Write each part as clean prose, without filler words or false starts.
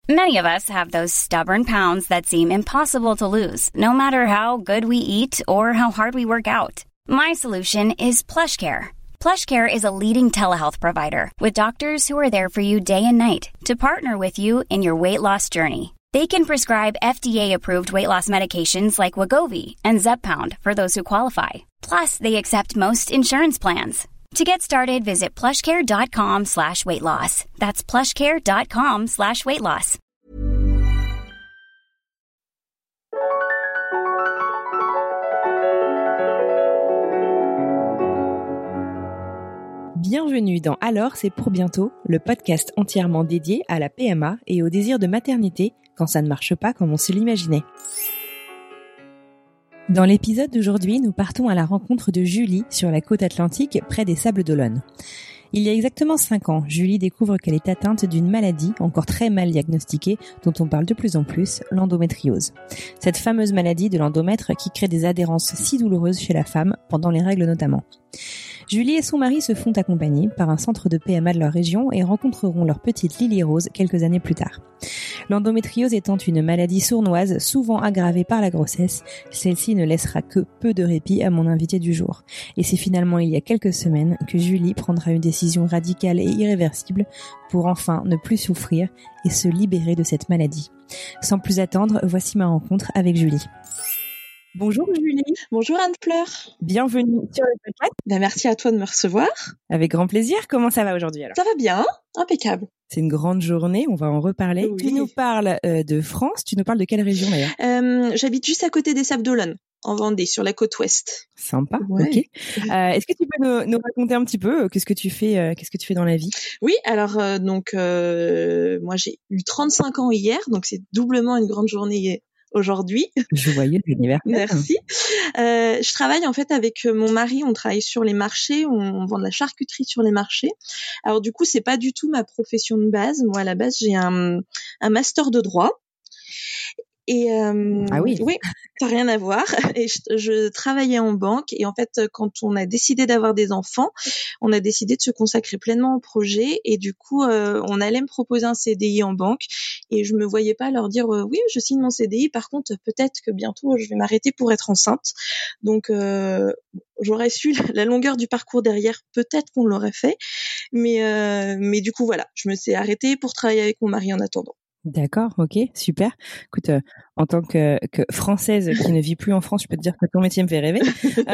Many of us have those stubborn pounds that seem impossible to lose, no matter how good we eat or how hard we work out. My solution is PlushCare. PlushCare is a leading telehealth provider with doctors who are there for you day and night to partner with you in your weight loss journey. They can prescribe FDA-approved weight loss medications like Wegovy and Zepbound for those who qualify. Plus, they accept most insurance plans. To get started, visit plushcare.com/weightloss. That's plushcare.com/weightloss. Bienvenue dans Alors c'est pour bientôt, le podcast entièrement dédié à la PMA et au désir de maternité quand ça ne marche pas comme on se l'imaginait. Dans l'épisode d'aujourd'hui, nous partons à la rencontre de Julie sur la côte atlantique près des Sables d'Olonne. Il y a exactement 5 ans, Julie découvre qu'elle est atteinte d'une maladie encore très mal diagnostiquée dont on parle de plus en plus, l'endométriose. Cette fameuse maladie de l'endomètre qui crée des adhérences si douloureuses chez la femme, pendant les règles notamment. Julie et son mari se font accompagner par un centre de PMA de leur région et rencontreront leur petite Lily Rose quelques années plus tard. L'endométriose étant une maladie sournoise souvent aggravée par la grossesse, celle-ci ne laissera que peu de répit à mon invité du jour. Et c'est finalement il y a quelques semaines que Julie prendra une décision radicale et irréversible pour enfin ne plus souffrir et se libérer de cette maladie. Sans plus attendre, voici ma rencontre avec Julie. Bonjour Julie. Bonjour Anne-Fleur. Bienvenue sur le podcast. Merci à toi de me recevoir. Avec grand plaisir. Comment ça va aujourd'hui alors ? Ça va bien, impeccable. C'est une grande journée, on va en reparler. Oui. Tu nous parles de France, tu nous parles de quelle région d'ailleurs ? J'habite juste à côté des Sables d'Olonne, en Vendée, sur la côte ouest. Sympa, ouais. Ok. Est-ce que tu peux nous raconter un petit peu qu'est-ce que tu fais dans la vie ? Oui, alors moi j'ai eu 35 ans hier, donc c'est doublement une grande journée aujourd'hui. Joyeux anniversaire. Merci. Je travaille en fait avec mon mari, on travaille sur les marchés, on vend de la charcuterie sur les marchés. Alors du coup, c'est pas du tout ma profession de base. Moi, à la base, j'ai un master de droit. Et ah oui, ça n'a rien à voir. Et je travaillais en banque et en fait, quand on a décidé d'avoir des enfants, on a décidé de se consacrer pleinement au projet et du coup, on allait me proposer un CDI en banque et je me voyais pas leur dire oui, je signe mon CDI. Par contre, peut-être que bientôt je vais m'arrêter pour être enceinte. Donc j'aurais su la longueur du parcours derrière, peut-être qu'on l'aurait fait, mais du coup voilà, je me suis arrêtée pour travailler avec mon mari en attendant. D'accord, ok, super. Écoute, en tant que Française qui ne vit plus en France, je peux te dire que ton métier me fait rêver.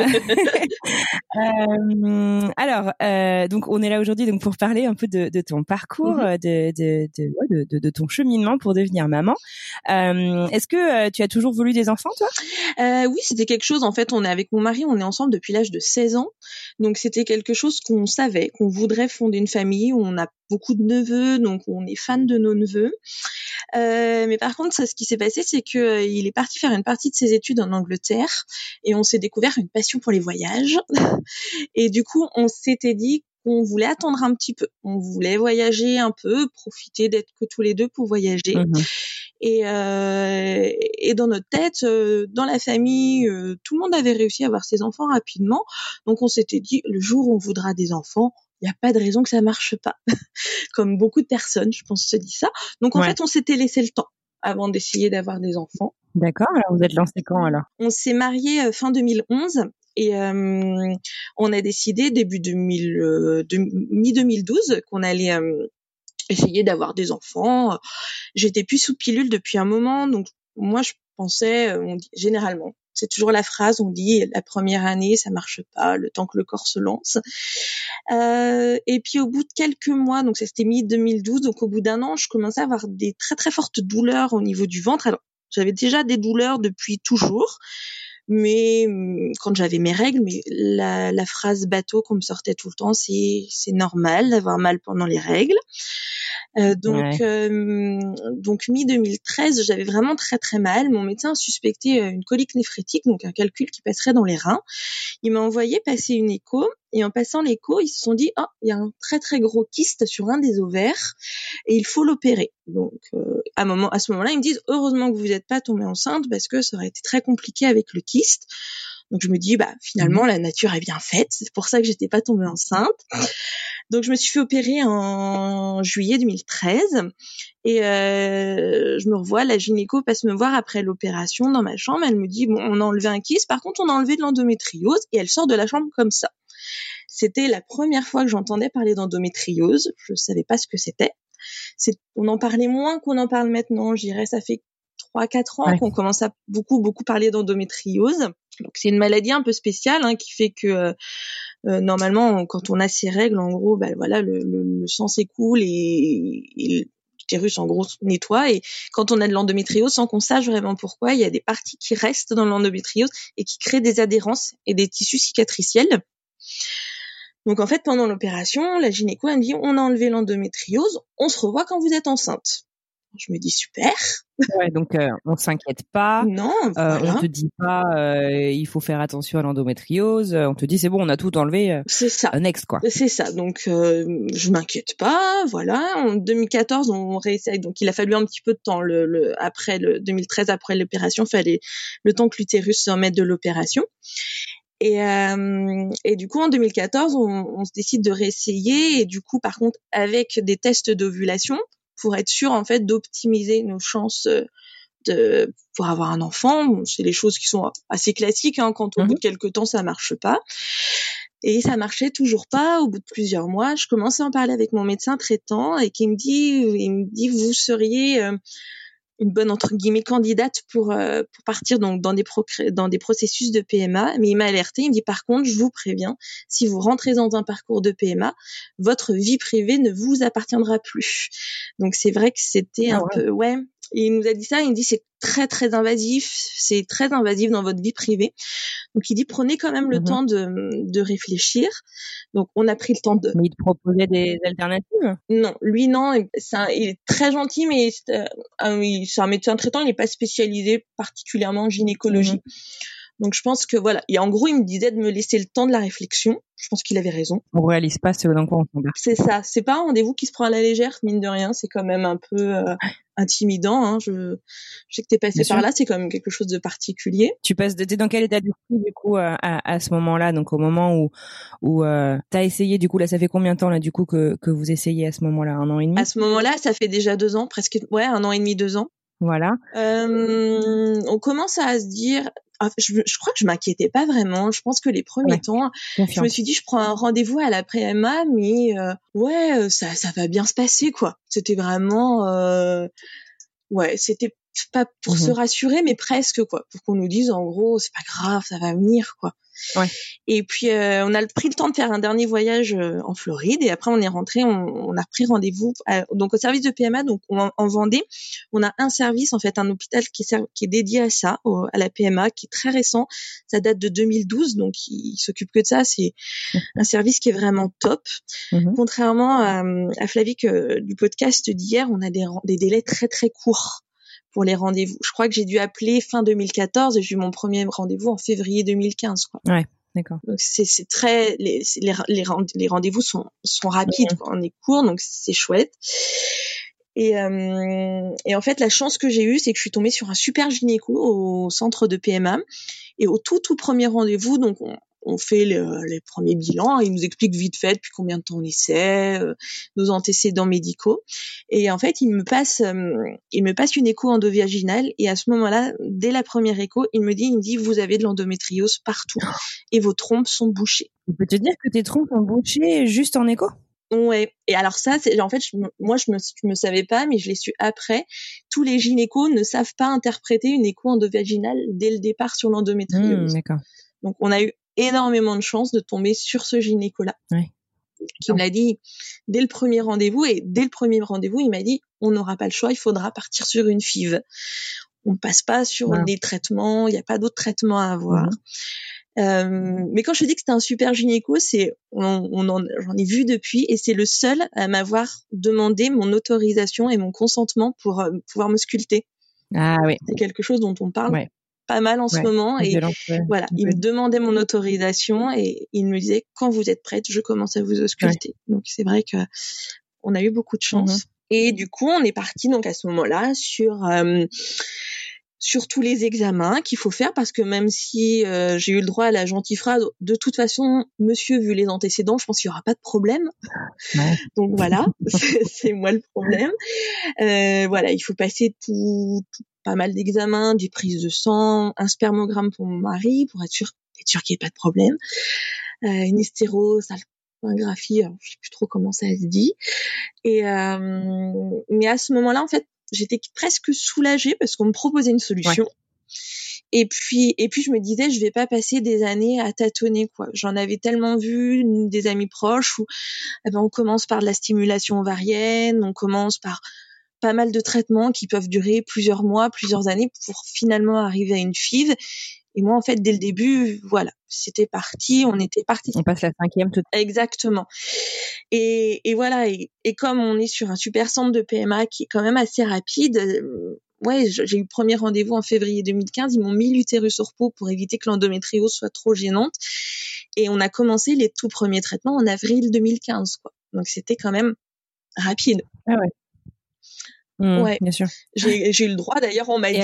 Alors, donc on est là aujourd'hui donc pour parler un peu de ton parcours, de ton cheminement pour devenir maman. Est-ce que tu as toujours voulu des enfants, toi ? Oui, c'était quelque chose. En fait, on est avec mon mari, on est ensemble depuis l'âge de 16 ans. Donc c'était quelque chose qu'on savait, qu'on voudrait fonder une famille. On a beaucoup de neveux, donc on est fan de nos neveux. Mais par contre, ce qui s'est passé, c'est que il est parti faire une partie de ses études en Angleterre et on s'est découvert une passion pour les voyages. Et du coup, on s'était dit qu'on voulait attendre un petit peu. On voulait voyager un peu, profiter d'être que tous les deux pour voyager. Et dans notre tête, dans la famille, tout le monde avait réussi à avoir ses enfants rapidement. Donc on s'était dit, le jour où on voudra des enfants, il n'y a pas de raison que ça marche pas. Comme beaucoup de personnes, je pense, se disent ça. Donc en fait, on s'était laissé le temps avant d'essayer d'avoir des enfants. D'accord. Alors vous êtes lancés quand alors ? On s'est mariés fin 2011 et on a décidé mi-2012 qu'on allait essayer d'avoir des enfants. J'étais plus sous pilule depuis un moment, donc moi je pensais, généralement, c'est toujours la phrase, on dit la première année ça marche pas, le temps que le corps se lance. Et puis au bout de quelques mois, donc ça c'était mi-2012, donc au bout d'un an, je commençais à avoir des très très fortes douleurs au niveau du ventre. Alors j'avais déjà des douleurs depuis toujours, mais quand j'avais mes règles, mais la phrase bateau qu'on me sortait tout le temps, c'est normal d'avoir mal pendant les règles. Donc mi-2013, j'avais vraiment très très mal. Mon médecin a suspecté une colique néphrétique, donc un calcul qui passerait dans les reins. Il m'a envoyé passer une écho, et en passant l'écho, ils se sont dit il y a un très très gros kyste sur un des ovaires et il faut l'opérer. Donc à ce moment-là, ils me disent heureusement que vous n'êtes pas tombée enceinte parce que ça aurait été très compliqué avec le kyste. Donc je me dis finalement la nature est bien faite, c'est pour ça que j'étais pas tombée enceinte. Donc, je me suis fait opérer en juillet 2013 et je me revois, la gynéco passe me voir après l'opération dans ma chambre. Elle me dit, bon, on a enlevé un kyste, par contre, on a enlevé de l'endométriose, et elle sort de la chambre comme ça. C'était la première fois que j'entendais parler d'endométriose. Je savais pas ce que c'était. On en parlait moins qu'on en parle maintenant. Je dirais, ça fait 3-4 ans qu'on commence à beaucoup parler d'endométriose. Donc, c'est une maladie un peu spéciale, qui fait que normalement, quand on a ses règles, en gros, voilà, le sang s'écoule et l'utérus, en gros, nettoie. Et quand on a de l'endométriose, sans qu'on sache vraiment pourquoi, il y a des parties qui restent dans l'endométriose et qui créent des adhérences et des tissus cicatriciels. Donc, en fait, pendant l'opération, la gynéco, elle me dit, on a enlevé l'endométriose, on se revoit quand vous êtes enceinte. Je me dis, super. Ouais, donc, on s'inquiète pas. Non, voilà. On te dit pas, il faut faire attention à l'endométriose. On te dit, c'est bon, on a tout enlevé. C'est ça. Next, quoi. C'est ça. Donc, je m'inquiète pas. Voilà. En 2014, on réessaye. Donc, il a fallu un petit peu de temps. Après 2013, après l'opération, fallait le temps que l'utérus se remette de l'opération. Et du coup, en 2014, on se décide de réessayer. Et du coup, par contre, avec des tests d'ovulation, pour être sûr, en fait, d'optimiser nos chances pour avoir un enfant. Bon, c'est les choses qui sont assez classiques, quand au bout de quelques temps, ça marche pas. Et ça marchait toujours pas. Au bout de plusieurs mois, je commençais à en parler avec mon médecin traitant et il me dit, vous seriez une bonne, entre guillemets, candidate pour partir donc dans des processus de PMA. Mais il m'a alerté, il me dit, par contre, je vous préviens, si vous rentrez dans un parcours de PMA, votre vie privée ne vous appartiendra plus. Donc, c'est vrai que c'était peu, Et il nous a dit ça, il me dit, c'est très, très invasif, c'est très invasif dans votre vie privée. Donc, il dit, prenez quand même le temps de réfléchir. Donc, on a pris le temps de... Mais il te proposait des alternatives? Non, lui, non. Il est très gentil, mais c'est un médecin traitant, il n'est pas spécialisé particulièrement en gynécologie. Donc, je pense que voilà. Et en gros, il me disait de me laisser le temps de la réflexion. Je pense qu'il avait raison. On réalise pas ce dans quoi on s'embarque. C'est ça. C'est pas un rendez-vous qui se prend à la légère, mine de rien. C'est quand même un peu intimidant. Je sais que t'es passé par là. C'est quand même quelque chose de particulier. T'es dans quel état d'esprit, du coup, à ce moment-là? Donc, au moment où t'as essayé, du coup, là, ça fait combien de temps, là, du coup, que vous essayez à ce moment-là? 1 an et demi? À ce moment-là, ça fait déjà 2 ans, presque, 1 an et demi, 2 ans. Voilà. On commence à se dire, je crois que je m'inquiétais pas vraiment. Je pense que les premiers temps, je me suis dit, je prends un rendez-vous à la PMA, mais ça va bien se passer, quoi. C'était vraiment, c'était pas pour se rassurer, mais presque, quoi, pour qu'on nous dise, en gros, c'est pas grave, ça va venir, quoi. Ouais. Et puis on a pris le temps de faire un dernier voyage en Floride et après on est rentré, on a pris rendez-vous donc au service de PMA, donc en Vendée. On a un service, en fait, un hôpital qui est dédié à ça, à la PMA, qui est très récent. Ça date de 2012, donc il s'occupe que de ça. C'est un service qui est vraiment top. Contrairement à Flavie du podcast d'hier, on a des délais très très courts pour les rendez-vous. Je crois que j'ai dû appeler fin 2014 et j'ai eu mon premier rendez-vous en février 2015, quoi. Ouais, d'accord. Donc c'est très les rendez-vous sont rapides, quoi. On est court, donc c'est chouette. Et en fait, la chance que j'ai eue, c'est que je suis tombée sur un super gynéco au centre de PMA. Et au tout premier rendez-vous, donc on fait les premiers bilans. Il nous explique vite fait depuis combien de temps on essaie, nos antécédents médicaux. Et en fait, il me passe une écho endovaginale. Et à ce moment-là, dès la première écho, il me dit, vous avez de l'endométriose partout et vos trompes sont bouchées. Il peut te dire que tes trompes sont bouchées juste en écho? Ouais. Et alors ça, c'est, en fait, moi, je me savais pas, mais je l'ai su après. Tous les gynécos ne savent pas interpréter une écho endovaginale dès le départ sur l'endométriose. D'accord. Donc, on a eu énormément de chance de tomber sur ce gynéco-là. Ouais. Qui me l'a dit dès le premier rendez-vous. Et dès le premier rendez-vous, il m'a dit, on n'aura pas le choix, il faudra partir sur une FIV. On ne passe pas sur des traitements, il n'y a pas d'autres traitements à avoir. Mais quand je te dis que c'était un super gynéco, j'en ai vu depuis, et c'est le seul à m'avoir demandé mon autorisation et mon consentement pour pouvoir me sculpter. Ah oui. C'est quelque chose dont on parle pas mal en ce moment, et voilà, il me demandait mon autorisation et il me disait, quand vous êtes prête, je commence à vous ausculter. Donc c'est vrai que on a eu beaucoup de chance. Et du coup, on est parti donc à ce moment-là sur sur tous les examens qu'il faut faire, parce que même si j'ai eu le droit à la gentille phrase, de toute façon, monsieur, vu les antécédents, je pense qu'il y aura pas de problème. Ouais. Donc voilà, c'est moi le problème. Voilà, il faut passer tout pas mal d'examens, des prises de sang, un spermogramme pour mon mari, pour être sûr qu'il n'y ait pas de problème. Une hystérosalpingographie, je sais plus trop comment ça se dit. Et mais à ce moment-là, en fait, j'étais presque soulagée parce qu'on me proposait une solution. Ouais. Et puis je me disais, je vais pas passer des années à tâtonner, quoi. J'en avais tellement vu des amis proches où on commence par de la stimulation ovarienne, on commence par pas mal de traitements qui peuvent durer plusieurs mois, plusieurs années pour finalement arriver à une FIV. Et moi, en fait, dès le début, voilà, c'était parti, on était parti. On passe la 5e tout. Exactement. Et voilà, et comme on est sur un super centre de PMA qui est quand même assez rapide, j'ai eu le premier rendez-vous en février 2015, ils m'ont mis l'utérus au repos pour éviter que l'endométriose soit trop gênante. Et on a commencé les tout premiers traitements en avril 2015, quoi. Donc c'était quand même rapide. Ah ouais. Ouais, bien sûr. J'ai eu le droit. D'ailleurs, on m'a dit,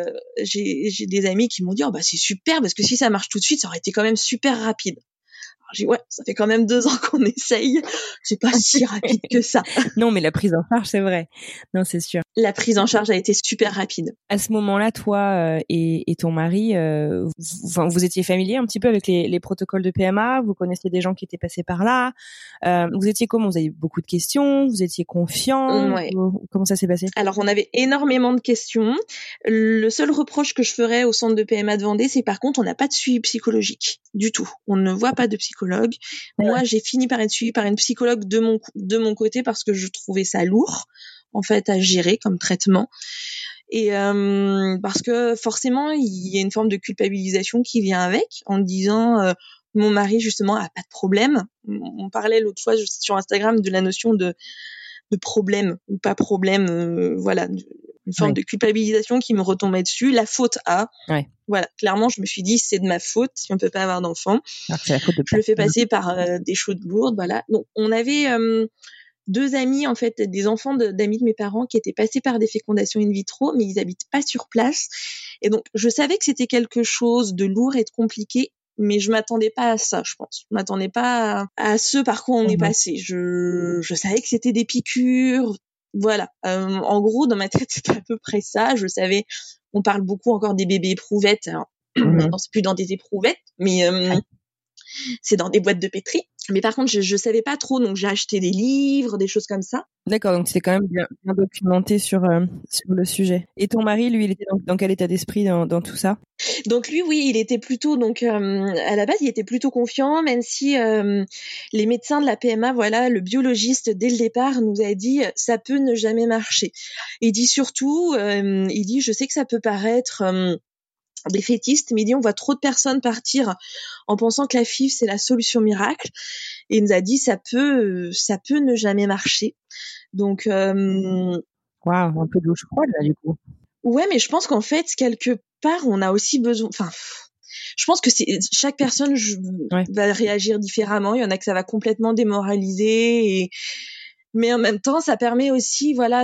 j'ai des amis qui m'ont dit, oh bah c'est super parce que si ça marche tout de suite, ça aurait été quand même super rapide. Alors, j'ai dit, ouais, ça fait quand même 2 ans qu'on essaye. C'est pas si rapide que ça. Non, mais la prise en charge, c'est vrai. Non, c'est sûr. La prise en charge a été super rapide. À ce moment-là, toi et ton mari, vous étiez familiers un petit peu avec les protocoles de PMA. Vous connaissiez des gens qui étaient passés par là. Vous étiez comment? Vous avez beaucoup de questions. Vous étiez confiants. Ouais. Comment ça s'est passé? Alors, on avait énormément de questions. Le seul reproche que je ferais au centre de PMA de Vendée, c'est par contre, on n'a pas de suivi psychologique du tout. On ne voit pas de psychologue. Ouais. Moi, j'ai fini par être suivie par une psychologue de mon côté parce que je trouvais ça lourd, en fait, à gérer comme traitement. Et parce que forcément, il y a une forme de culpabilisation qui vient avec, en disant mon mari justement a pas de problème. On parlait l'autre fois sur Instagram de la notion de problème ou pas problème, voilà, une forme de culpabilisation qui me retombait dessus. La faute voilà, clairement, je me suis dit c'est de ma faute si on peut pas avoir d'enfant. C'est la faute de je le fais passer par des choses lourdes, voilà. Donc on avait 2 amis, en fait, des enfants d'amis de mes parents qui étaient passés par des fécondations in vitro, mais ils habitent pas sur place. Et donc, je savais que c'était quelque chose de lourd et de compliqué, mais je m'attendais pas à ça, je pense. Je m'attendais pas à ce par quoi on est passé. Je savais que c'était des piqûres. Voilà. En gros, dans ma tête, c'était à peu près ça. Je savais, on parle beaucoup encore des bébés éprouvettes. Alors, maintenant, c'est plus dans des éprouvettes, mais c'est dans des boîtes de pétri. Mais par contre, je savais pas trop, donc j'ai acheté des livres, des choses comme ça. D'accord, donc c'était quand même bien documenté sur le sujet. Et ton mari, lui, il était dans quel état d'esprit dans tout ça? Donc lui, oui, il était plutôt, donc à la base, il était plutôt confiant, même si les médecins de la PMA, voilà, le biologiste dès le départ nous a dit ça peut ne jamais marcher. Il dit surtout, il dit je sais que ça peut paraître défaitiste, mais il dit on voit trop de personnes partir en pensant que la FIV c'est la solution miracle, et il nous a dit ça peut ne jamais marcher. Donc waouh, un peu de douche froide là du coup. Ouais, mais je pense qu'en fait quelque part on a aussi besoin, enfin je pense que chaque personne va réagir différemment. Il y en a que ça va complètement démoraliser, mais en même temps ça permet aussi, voilà,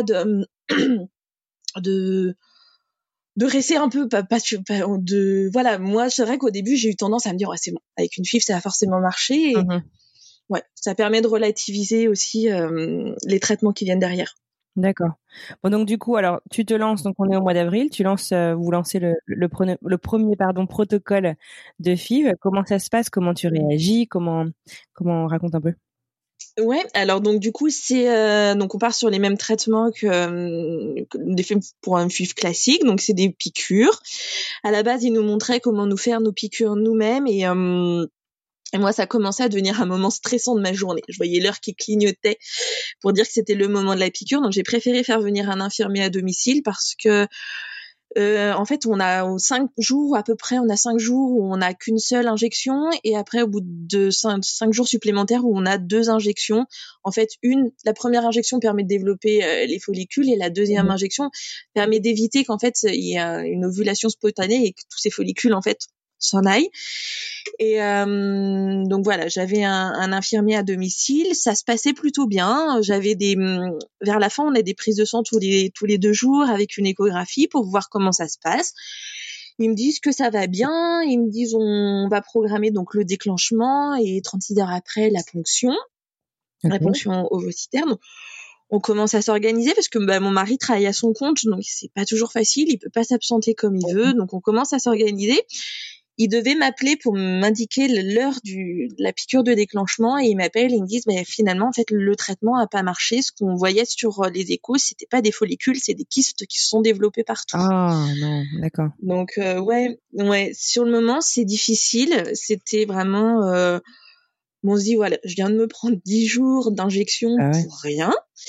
de rester un peu voilà, moi c'est vrai qu'au début j'ai eu tendance à me dire ouais c'est bon, avec une FIV ça va forcément marcher, et ouais, ça permet de relativiser aussi les traitements qui viennent derrière. D'accord. Bon, donc du coup, alors tu te lances, donc on est au mois d'avril, vous lancez le premier protocole de FIV. Comment ça se passe? Comment tu réagis? Comment raconte un peu? Ouais, alors donc du coup c'est donc on part sur les mêmes traitements que des FIV pour un FIV classique, donc c'est des piqûres. À la base, ils nous montraient comment nous faire nos piqûres nous-mêmes, et moi, ça commençait à devenir un moment stressant de ma journée. Je voyais l'heure qui clignotait pour dire que c'était le moment de la piqûre. Donc, j'ai préféré faire venir un infirmier à domicile parce que, en fait, on a 5 jours à peu près, on a 5 jours où on n'a qu'une seule injection, et après, au bout de 5 jours supplémentaires où on a 2 injections. En fait, la première injection permet de développer les follicules, et la deuxième injection permet d'éviter qu'en fait, il y ait une ovulation spontanée et que tous ces follicules, en fait, s'en aille. Et donc voilà, j'avais un infirmier à domicile, ça se passait plutôt bien. J'avais vers la fin, on a des prises de sang tous les 2 jours avec une échographie pour voir comment ça se passe. Ils me disent que ça va bien, ils me disent on va programmer donc le déclenchement et 36 heures après la ponction, la ponction ovocytaire. Donc, on commence à s'organiser parce que mon mari travaille à son compte, donc c'est pas toujours facile, il peut pas s'absenter comme il veut, donc on commence à s'organiser. Il devait m'appeler pour m'indiquer l'heure de la piqûre de déclenchement et il m'appelle et ils me disent finalement en fait le traitement a pas marché. Ce qu'on voyait sur les échos, c'était pas des follicules, c'est des kystes qui se sont développés partout. Ah non, d'accord. Donc ouais, sur le moment c'est difficile. C'était vraiment on se dit voilà, je viens de me prendre 10 jours d'injection pour rien,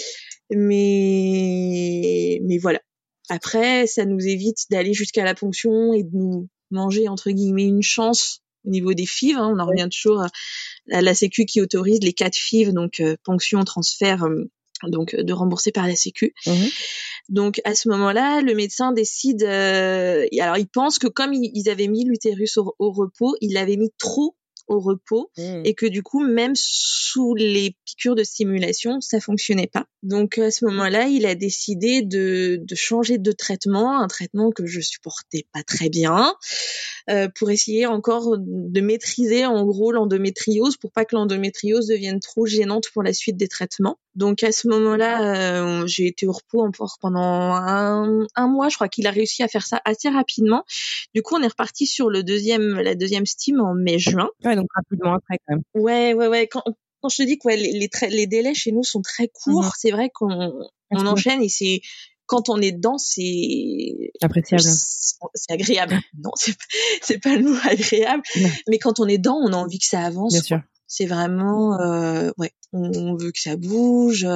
mais voilà. Après, ça nous évite d'aller jusqu'à la ponction et de nous manger entre guillemets une chance au niveau des FIV. On en revient toujours à la Sécu qui autorise les 4 FIV, donc ponction, transfert, donc de rembourser par la Sécu. Donc à ce moment-là, le médecin décide. Alors il pense que comme ils avaient mis l'utérus au repos, il l'avait mis trop au repos et que du coup même sous les piqûres de stimulation ça fonctionnait pas. Donc à ce moment-là il a décidé de changer de traitement, un traitement que je supportais pas très bien, pour essayer encore de maîtriser en gros l'endométriose pour pas que l'endométriose devienne trop gênante pour la suite des traitements. Donc à ce moment-là j'ai été au repos encore pendant un mois. Je crois qu'il a réussi à faire ça assez rapidement. Du coup on est reparti sur la deuxième stim en mai-juin. Ouais, donc rapidement après quand même. Ouais. Quand je te dis que les délais chez nous sont très courts, c'est vrai qu'on enchaîne et c'est quand on est dedans, c'est appréciable. C'est agréable. Non, c'est pas le mot agréable, mais quand on est dedans, on a envie que ça avance. Bien sûr. C'est vraiment on veut que ça bouge.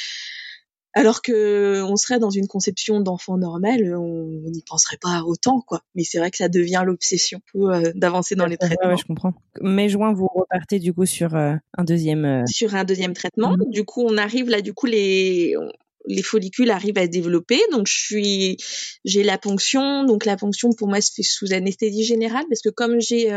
Alors que on serait dans une conception d'enfant normal, on n'y penserait pas autant, quoi. Mais c'est vrai que ça devient l'obsession d'avancer dans les traitements. Ouais, je comprends. Mai-juin, vous repartez du coup sur un deuxième. Sur un deuxième traitement. Du coup, on arrive là. Du coup, les follicules arrivent à se développer. Donc, j'ai la ponction. Donc, la ponction pour moi se fait sous anesthésie générale parce que comme j'ai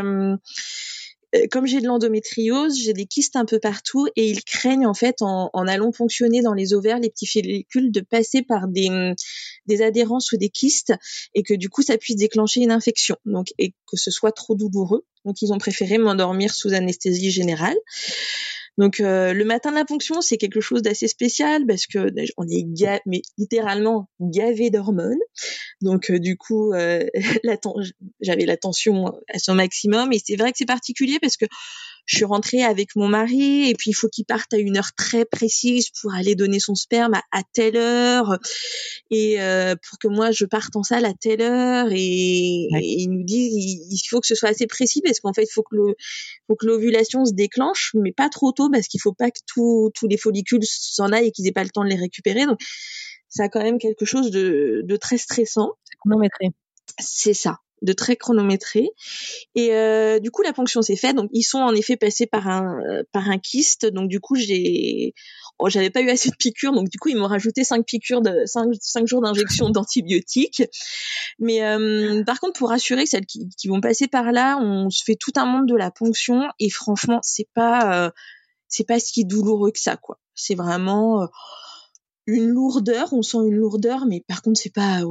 de l'endométriose, j'ai des kystes un peu partout et ils craignent en fait en allant ponctionner dans les ovaires les petits follicules de passer par des adhérences ou des kystes et que du coup ça puisse déclencher une infection. Donc et que ce soit trop douloureux. Donc ils ont préféré m'endormir sous anesthésie générale. Donc le matin de la ponction, c'est quelque chose d'assez spécial parce que on est mais littéralement gavé d'hormones. Donc du coup j'avais la tension à son maximum et c'est vrai que c'est particulier parce que je suis rentrée avec mon mari et puis il faut qu'il parte à une heure très précise pour aller donner son sperme à telle heure et pour que moi je parte en salle à telle heure et il nous dit il faut que ce soit assez précis parce qu'en fait il faut que l'ovulation se déclenche mais pas trop tôt parce qu'il faut pas que tous les follicules s'en aillent et qu'ils aient pas le temps de les récupérer. Donc ça a quand même quelque chose de très stressant. C'est chronométré. C'est ça, de très chronométré. Et du coup, la ponction s'est faite. Donc, ils sont en effet passés par un kyste. Donc, du coup, j'avais pas eu assez de piqûres. Donc, du coup, ils m'ont rajouté 5 jours d'injection d'antibiotiques. Mais par contre, pour rassurer celles qui vont passer par là, on se fait tout un monde de la ponction. Et franchement, c'est pas si douloureux que ça, quoi. C'est vraiment une lourdeur, on sent une lourdeur, mais par contre c'est pas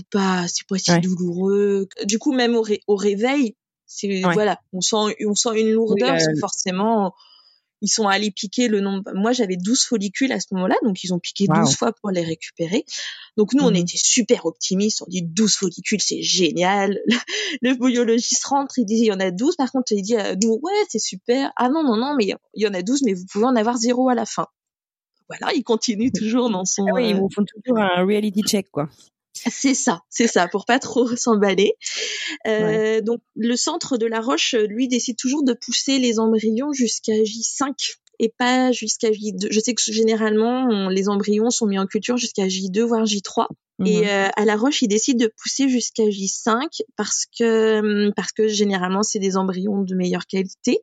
si douloureux. Du coup même au réveil, voilà, on sent une lourdeur parce que forcément ils sont allés piquer le nombre. Moi j'avais 12 follicules à ce moment-là, donc ils ont piqué 12 fois pour les récupérer. Donc nous on était super optimistes, on dit 12 follicules c'est génial. Le biologiste rentre, il dit il y en a 12, par contre il dit nous ouais c'est super. Ah non mais il y en a 12 mais vous pouvez en avoir 0 à la fin. Voilà, il continue toujours dans son... ils vous font toujours un reality check, quoi. C'est ça, pour pas trop s'emballer. Donc, le centre de La Roche, lui, décide toujours de pousser les embryons jusqu'à J5 et pas jusqu'à J2. Je sais que généralement, les embryons sont mis en culture jusqu'à J2, voire J3. Et à La Roche, il décide de pousser jusqu'à J5 parce que généralement, c'est des embryons de meilleure qualité.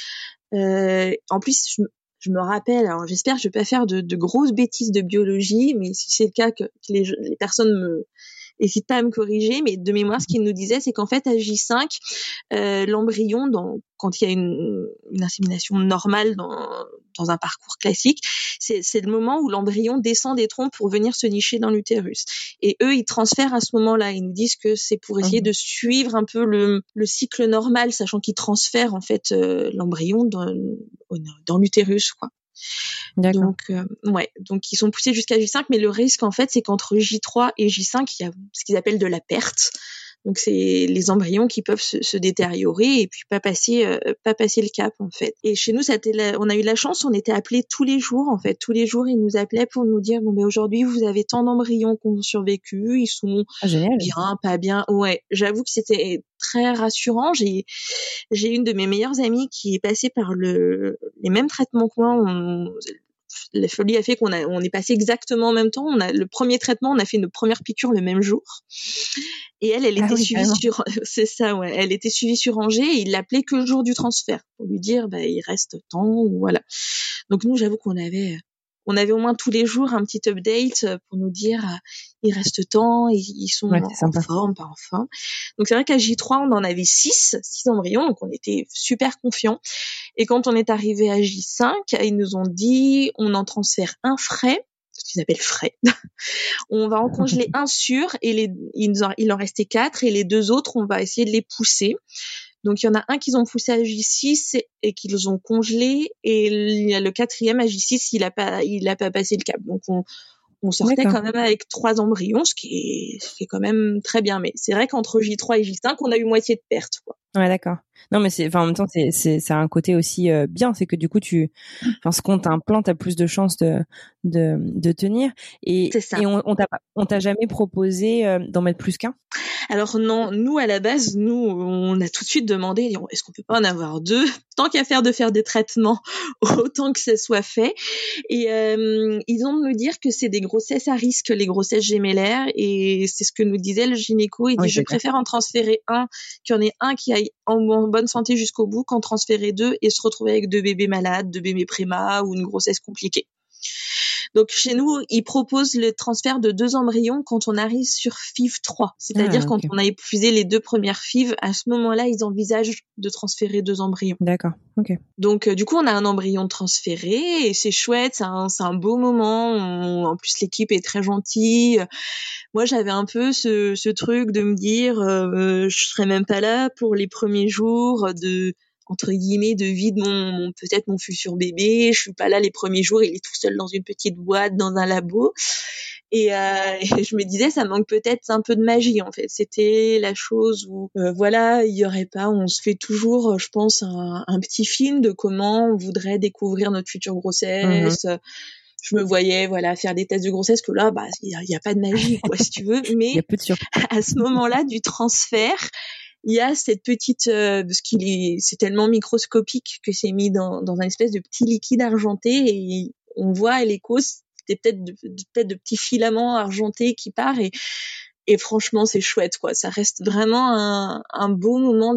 En plus, je me rappelle, alors j'espère que je vais pas faire de grosses bêtises de biologie, mais si c'est le cas que les personnes hésite pas à me corriger, mais de mémoire, ce qu'il nous disait, c'est qu'en fait, à J5, l'embryon, quand il y a une insémination normale dans un parcours classique, c'est le moment où l'embryon descend des trompes pour venir se nicher dans l'utérus. Et eux, ils transfèrent à ce moment-là. Ils nous disent que c'est pour essayer de suivre un peu le cycle normal, sachant qu'ils transfèrent en fait l'embryon dans l'utérus, quoi. D'accord. Donc ils sont poussés jusqu'à J5, mais le risque en fait, c'est qu'entre J3 et J5, il y a ce qu'ils appellent de la perte. Donc c'est les embryons qui peuvent se détériorer et puis pas passer le cap en fait. Et chez nous, on a eu la chance, on était appelés tous les jours en fait. Tous les jours, ils nous appelaient pour nous dire aujourd'hui vous avez tant d'embryons qui ont survécu, ils sont bien, pas bien. Ouais, j'avoue que c'était très rassurant. J'ai une de mes meilleures amies qui est passée par les mêmes traitements que moi. La folie a fait qu'on est passé exactement en même temps. Le premier traitement, on a fait nos premières piqûres le même jour. Et elle était suivie c'est ça, ouais. Elle était suivie sur Angers et il l'appelait que le jour du transfert pour lui dire, il reste tant ou voilà. Donc nous, j'avoue qu'on avait au moins tous les jours un petit update pour nous dire, il reste tant, ils sont en forme, pas en forme. Donc c'est vrai qu'à J3, on en avait 6 embryons, donc on était super confiants. Et quand on est arrivé à J5, ils nous ont dit, on en transfère un frais, ce qu'ils appellent frais. On va en congeler un sûr et il en restait 4 et les 2 autres, on va essayer de les pousser. Donc il y en a un qu'ils ont poussé à J6 et qu'ils ont congelé et il y a le 4e à J6, il a pas passé le cap. Donc on sortait quand même avec 3 embryons, ce qui est quand même très bien. Mais c'est vrai qu'entre J3 et J5, on a eu moitié de perte, quoi. Ouais, d'accord. Non, mais en même temps, c'est un côté aussi bien, c'est que du coup, ce qu'on t'implante, t'as plus de chances de tenir. Et on t'a jamais proposé d'en mettre plus qu'un? Alors non, nous à la base, on a tout de suite demandé, est-ce qu'on peut pas en avoir 2? Tant qu'à faire des traitements, autant que ça soit fait. Et ils ont de nous dire que c'est des grossesses à risque, les grossesses gémellaires, et c'est ce que nous disait le gynéco. Il dit je préfère en transférer un, qu'il y en ait un qui aille en bonne santé jusqu'au bout, qu'en transférer 2 et se retrouver avec 2 bébés malades, 2 bébés préma ou une grossesse compliquée. Donc chez nous, ils proposent le transfert de 2 embryons quand on arrive sur FIV 3. C'est-à-dire quand on a épuisé les 2 premières FIV, à ce moment-là, ils envisagent de transférer 2 embryons. D'accord, ok. Donc du coup, on a un embryon transféré et c'est chouette, c'est un beau moment. En plus, l'équipe est très gentille. Moi, j'avais un peu ce truc de me dire, je serais même pas là pour les premiers jours entre guillemets de vie de peut-être mon futur bébé. Je suis pas là les premiers jours, il est tout seul dans une petite boîte dans un labo et je me disais ça manque peut-être un peu de magie en fait. C'était la chose où il y aurait pas, on se fait toujours je pense un petit film de comment on voudrait découvrir notre future grossesse. Je me voyais faire des tests de grossesse que là il y a pas de magie quoi si tu veux, mais il y a peu de surprise. À ce moment-là du transfert, il y a cette petite parce c'est tellement microscopique que c'est mis dans un espèce de petit liquide argenté et on voit à l'écho c'était peut-être de petits filaments argentés qui partent et franchement c'est chouette quoi, ça reste vraiment un beau moment de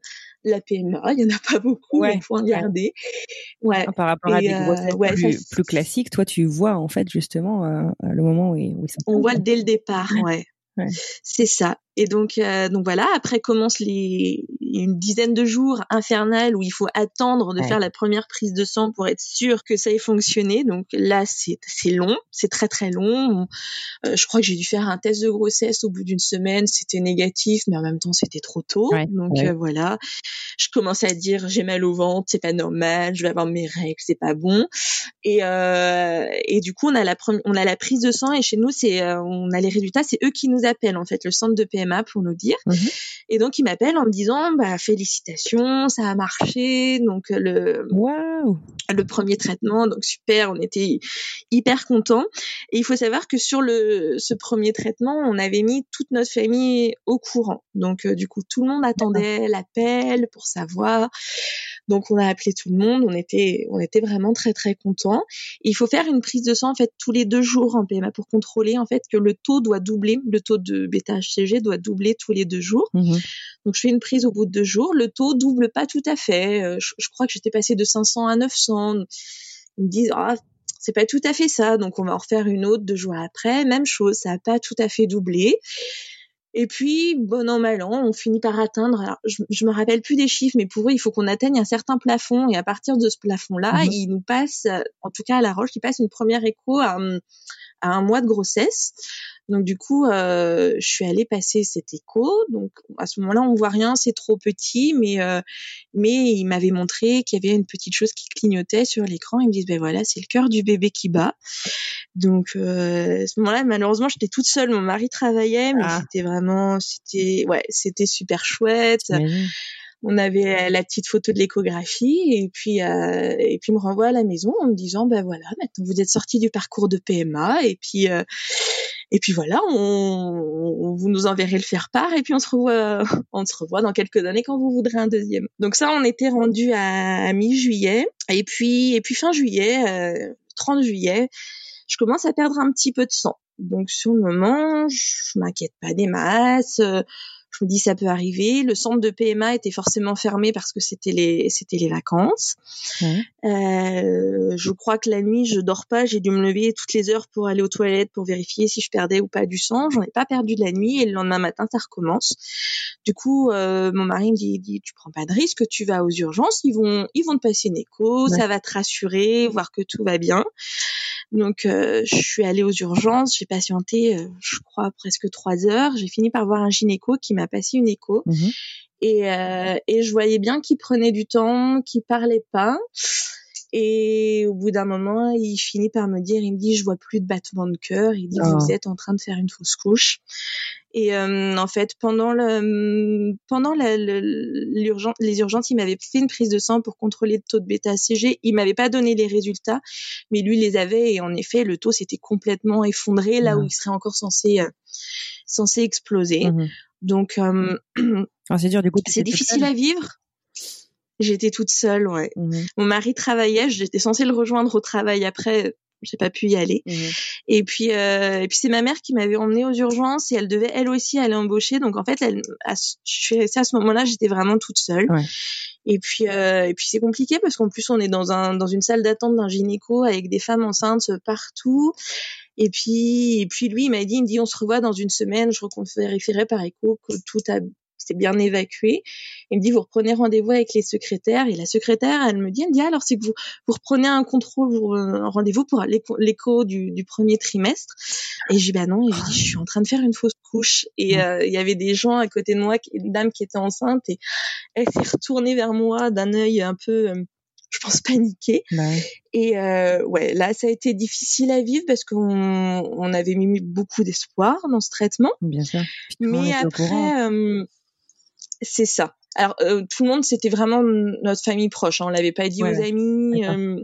la PMA, il y en a pas beaucoup, il faut en garder. Ouais. Par rapport à des grossesses plus classiques, toi tu vois en fait justement le moment où ils sont. On voit dès le départ, ouais. C'est ça. Et donc voilà, après commence une dizaine de jours infernales où il faut attendre de faire la première prise de sang pour être sûr que ça ait fonctionné. Donc là, c'est long, c'est très très long. Je crois que j'ai dû faire un test de grossesse au bout d'une semaine, c'était négatif, mais en même temps c'était trop tôt. Donc voilà, je commençais à dire j'ai mal au ventre, c'est pas normal, je vais avoir mes règles, c'est pas bon. Et du coup on a la prise de sang et chez nous on a les résultats, c'est eux qui nous appellent en fait, le centre de PMA pour nous dire. Et donc, il m'appelle en me disant, félicitations, ça a marché. Donc, le premier traitement, donc super, on était hyper contents. Et il faut savoir que sur ce premier traitement, on avait mis toute notre famille au courant. Donc, du coup, tout le monde attendait l'appel pour savoir. Donc, on a appelé tout le monde. On était vraiment très, très contents. Et il faut faire une prise de sang, en fait, tous les 2 jours en PMA pour contrôler, en fait, que le taux doit doubler. Le taux de bêta-HCG doit doubler tous les 2 jours. Donc, je fais une prise au bout de 2 jours. Le taux double pas tout à fait. Je crois que j'étais passée de 500 à 900. Ils me disent, c'est pas tout à fait ça. Donc, on va en refaire une autre 2 jours après. Même chose, ça a pas tout à fait doublé. Et puis, bon an, mal an, on finit par atteindre, alors, je me rappelle plus des chiffres, mais pour eux, il faut qu'on atteigne un certain plafond. Et à partir de ce plafond-là, ils nous passent, en tout cas à La Roche, ils passent une première écho à un mois de grossesse. Donc du coup, je suis allée passer cet écho. Donc à ce moment-là, on voit rien, c'est trop petit, mais il m'avait montré qu'il y avait une petite chose qui clignotait sur l'écran. Ils me disent, ben voilà, c'est le cœur du bébé qui bat. Donc à ce moment-là, malheureusement, j'étais toute seule. Mon mari travaillait, mais c'était super chouette. On avait la petite photo de l'échographie et puis il me renvoie à la maison en me disant, ben voilà, maintenant vous êtes sortis du parcours de PMA et puis voilà, vous nous enverrez le faire-part et puis on se revoit dans quelques années quand vous voudrez un deuxième. Donc ça, on était rendu à mi-juillet et puis fin juillet, 30 juillet, je commence à perdre un petit peu de sang. Donc sur le moment, je m'inquiète pas des masses. Je me dis ça peut arriver. Le centre de PMA était forcément fermé parce que c'était les vacances. Je crois que la nuit je dors pas. J'ai dû me lever toutes les heures pour aller aux toilettes pour vérifier si je perdais ou pas du sang. J'en ai pas perdu de la nuit et le lendemain matin ça recommence. Du coup mon mari me dit tu prends pas de risque, tu vas aux urgences. Ils vont te passer une écho, ça va te rassurer, voir que tout va bien. Donc je suis allée aux urgences, j'ai patienté je crois presque 3 heures, j'ai fini par voir un gynéco qui m'a passé une écho et je voyais bien qu'il prenait du temps, qu'il parlait pas et au bout d'un moment, il finit par me dire, il me dit je vois plus de battements de cœur, il dit vous êtes en train de faire une fausse couche. Et en fait, pendant les urgences, il m'avait fait une prise de sang pour contrôler le taux de bêta-HCG. Il m'avait pas donné les résultats, mais lui les avait et en effet, le taux s'était complètement effondré là où il serait encore censé exploser. Donc c'est dur du coup. C'est difficile à vivre. J'étais toute seule, ouais. Mon mari travaillait, j'étais censée le rejoindre au travail après. J'ai pas pu y aller. Et puis c'est ma mère qui m'avait emmenée aux urgences et elle devait elle aussi aller embaucher. Donc en fait, je suis restée à ce moment-là, j'étais vraiment toute seule. Et puis c'est compliqué parce qu'en plus on est dans une salle d'attente d'un gynéco avec des femmes enceintes partout. Et puis lui il me dit on se revoit dans une semaine, je vérifierai par écho que tout c'est bien évacué. Il me dit, vous reprenez rendez-vous avec les secrétaires. Et la secrétaire, elle me dit, alors c'est que vous reprenez un rendez-vous pour l'écho du premier trimestre. Et je dis, non. Et je dis, je suis en train de faire une fausse couche. Et il y avait des gens à côté de moi, une dame qui était enceinte. Et elle s'est retournée vers moi d'un œil un peu, je pense, paniqué. Et là, ça a été difficile à vivre parce qu'on avait mis beaucoup d'espoir dans ce traitement. Bien sûr. Mais après... c'est ça. Alors tout le monde, c'était vraiment notre famille proche. On l'avait pas dit aux amis.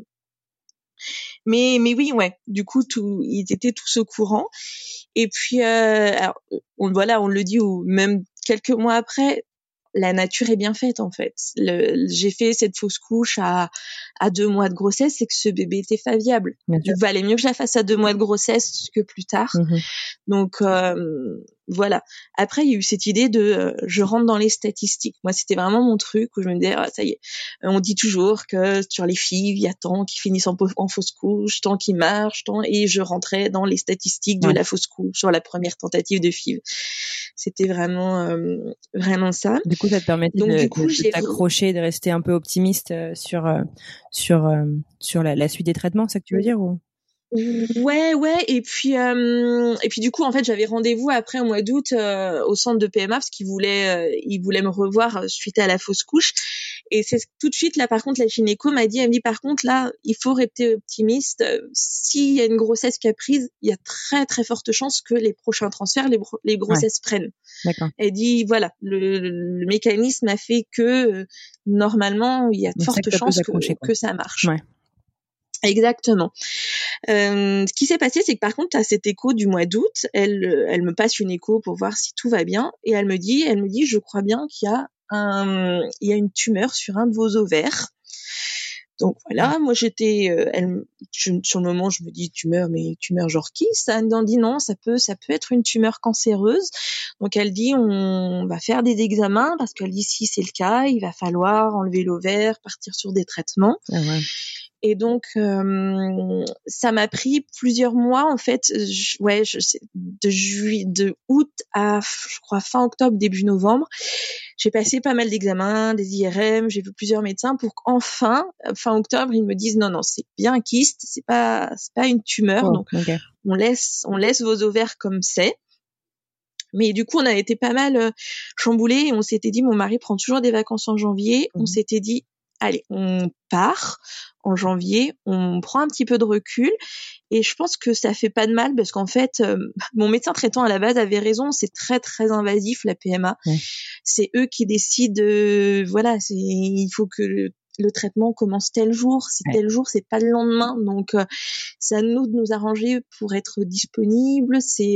Mais oui, du coup, ils étaient tous au courant. Et puis, on le dit, ou même quelques mois après, la nature est bien faite en fait. J'ai fait cette fausse couche à 2 mois de grossesse, c'est que ce bébé était pas viable. Il valait mieux que je la fasse à 2 mois de grossesse que plus tard. Donc voilà. Après, il y a eu cette idée de je rentre dans les statistiques. Moi, c'était vraiment mon truc où je me disais ça y est. On dit toujours que sur les FIV, il y a tant qui finissent en fausse couche, tant qui marchent, tant, et je rentrais dans les statistiques de la fausse couche sur la première tentative de FIV. C'était vraiment ça. Du coup, ça te permettait de t'accrocher, de rester un peu optimiste sur la suite des traitements, c'est ça que tu veux dire ou... Ouais. Et puis du coup, en fait, j'avais rendez-vous après au mois d'août au centre de PMA parce qu'ils voulaient me revoir suite à la fausse couche. Et c'est tout de suite là, par contre, la gynéco elle me dit par contre là, il faut rester optimiste. S'il y a une grossesse qui a prise, il y a très très forte chance que les prochains transferts, les grossesses prennent. D'accord. Elle dit voilà, le mécanisme a fait que normalement il y a de fortes chances que ça marche. Ouais. Exactement. Ce qui s'est passé, c'est que par contre, à cet écho du mois d'août, elle me passe une écho pour voir si tout va bien, et elle me dit, je crois bien qu'il y a une tumeur sur un de vos ovaires. Donc voilà, moi j'étais, sur le moment, je me dis tumeur, mais tumeur genre qui? Ça me dit non, ça peut être une tumeur cancéreuse. Donc elle dit, on va faire des examens parce qu'elle dit si c'est le cas, il va falloir enlever l'ovaire, partir sur des traitements. Ah ouais. Et donc, ça m'a pris plusieurs mois, en fait, de août à, je crois, fin octobre, début novembre. J'ai passé pas mal d'examens, des IRM, j'ai vu plusieurs médecins pour qu'enfin, fin octobre, ils me disent non, c'est bien un kyste, c'est pas une tumeur, donc okay. on laisse vos ovaires comme c'est. Mais du coup, on a été pas mal chamboulés et on s'était dit, mon mari prend toujours des vacances en janvier, on s'était dit, allez, on part en janvier, on prend un petit peu de recul et je pense que ça fait pas de mal parce qu'en fait, mon médecin traitant à la base avait raison, c'est très très invasif la PMA. C'est eux qui décident, il faut que le traitement commence tel jour, tel jour, c'est pas le lendemain, donc c'est à nous de nous arranger pour être disponibles. C'est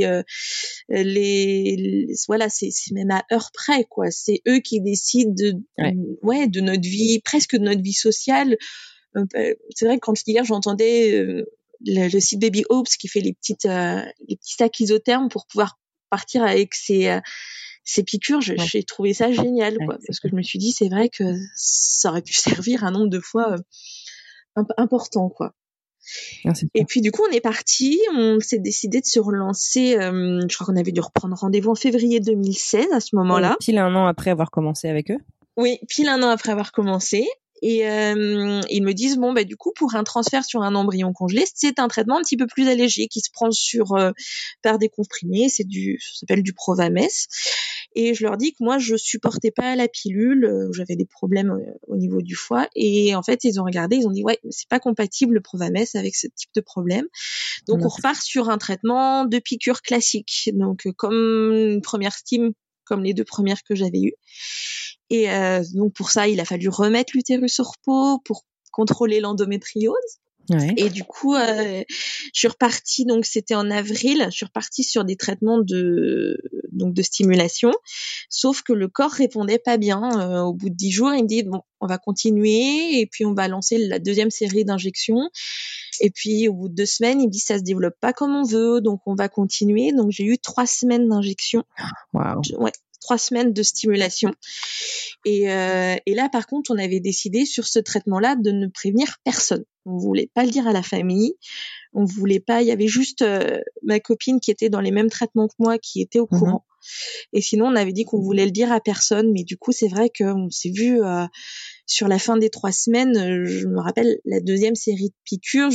c'est même à heure près, quoi. C'est eux qui décident de notre vie, presque de notre vie sociale. C'est vrai que quand hier j'entendais le site Baby Hopes qui fait les petits sacs isothermes pour pouvoir partir avec ses piqûres, j'ai trouvé ça génial, quoi, parce que je me suis dit c'est vrai que ça aurait pu servir un nombre de fois important, quoi. Et puis du coup on est parti, on s'est décidé de se relancer, je crois qu'on avait dû reprendre rendez-vous en février 2016 à ce moment-là. Pile un an après avoir commencé avec eux. Oui, pile un an après avoir commencé. Et ils me disent du coup pour un transfert sur un embryon congelé, c'est un traitement un petit peu plus allégé qui se prend par des comprimés, ça s'appelle du Provamès. Et je leur dis que moi je supportais pas la pilule, j'avais des problèmes au niveau du foie et en fait ils ont regardé, ils ont dit c'est pas compatible le Provamès avec ce type de problème. Donc on repart sur un traitement de piqûre classique. Donc comme une première stime comme les 2 premières que j'avais eues. Et donc pour ça, il a fallu remettre l'utérus au repos pour contrôler l'endométriose. Et du coup, je suis repartie, donc c'était en avril, je suis repartie sur des traitements de stimulation, sauf que le corps répondait pas bien. Au bout de 10 jours, il me dit on va continuer et puis on va lancer la 2e série d'injections. Et puis au bout de 2 semaines, il me dit ça se développe pas comme on veut, donc on va continuer. Donc j'ai eu 3 semaines d'injection. Wow. 3 semaines de stimulation. Et là, par contre, on avait décidé sur ce traitement-là de ne prévenir personne. On voulait pas le dire à la famille. On voulait pas. Il y avait juste ma copine qui était dans les mêmes traitements que moi qui était au courant. Et sinon, on avait dit qu'on voulait le dire à personne. Mais du coup, c'est vrai qu'on s'est vu sur la fin des 3 semaines. Je me rappelle la 2e série de piqûres.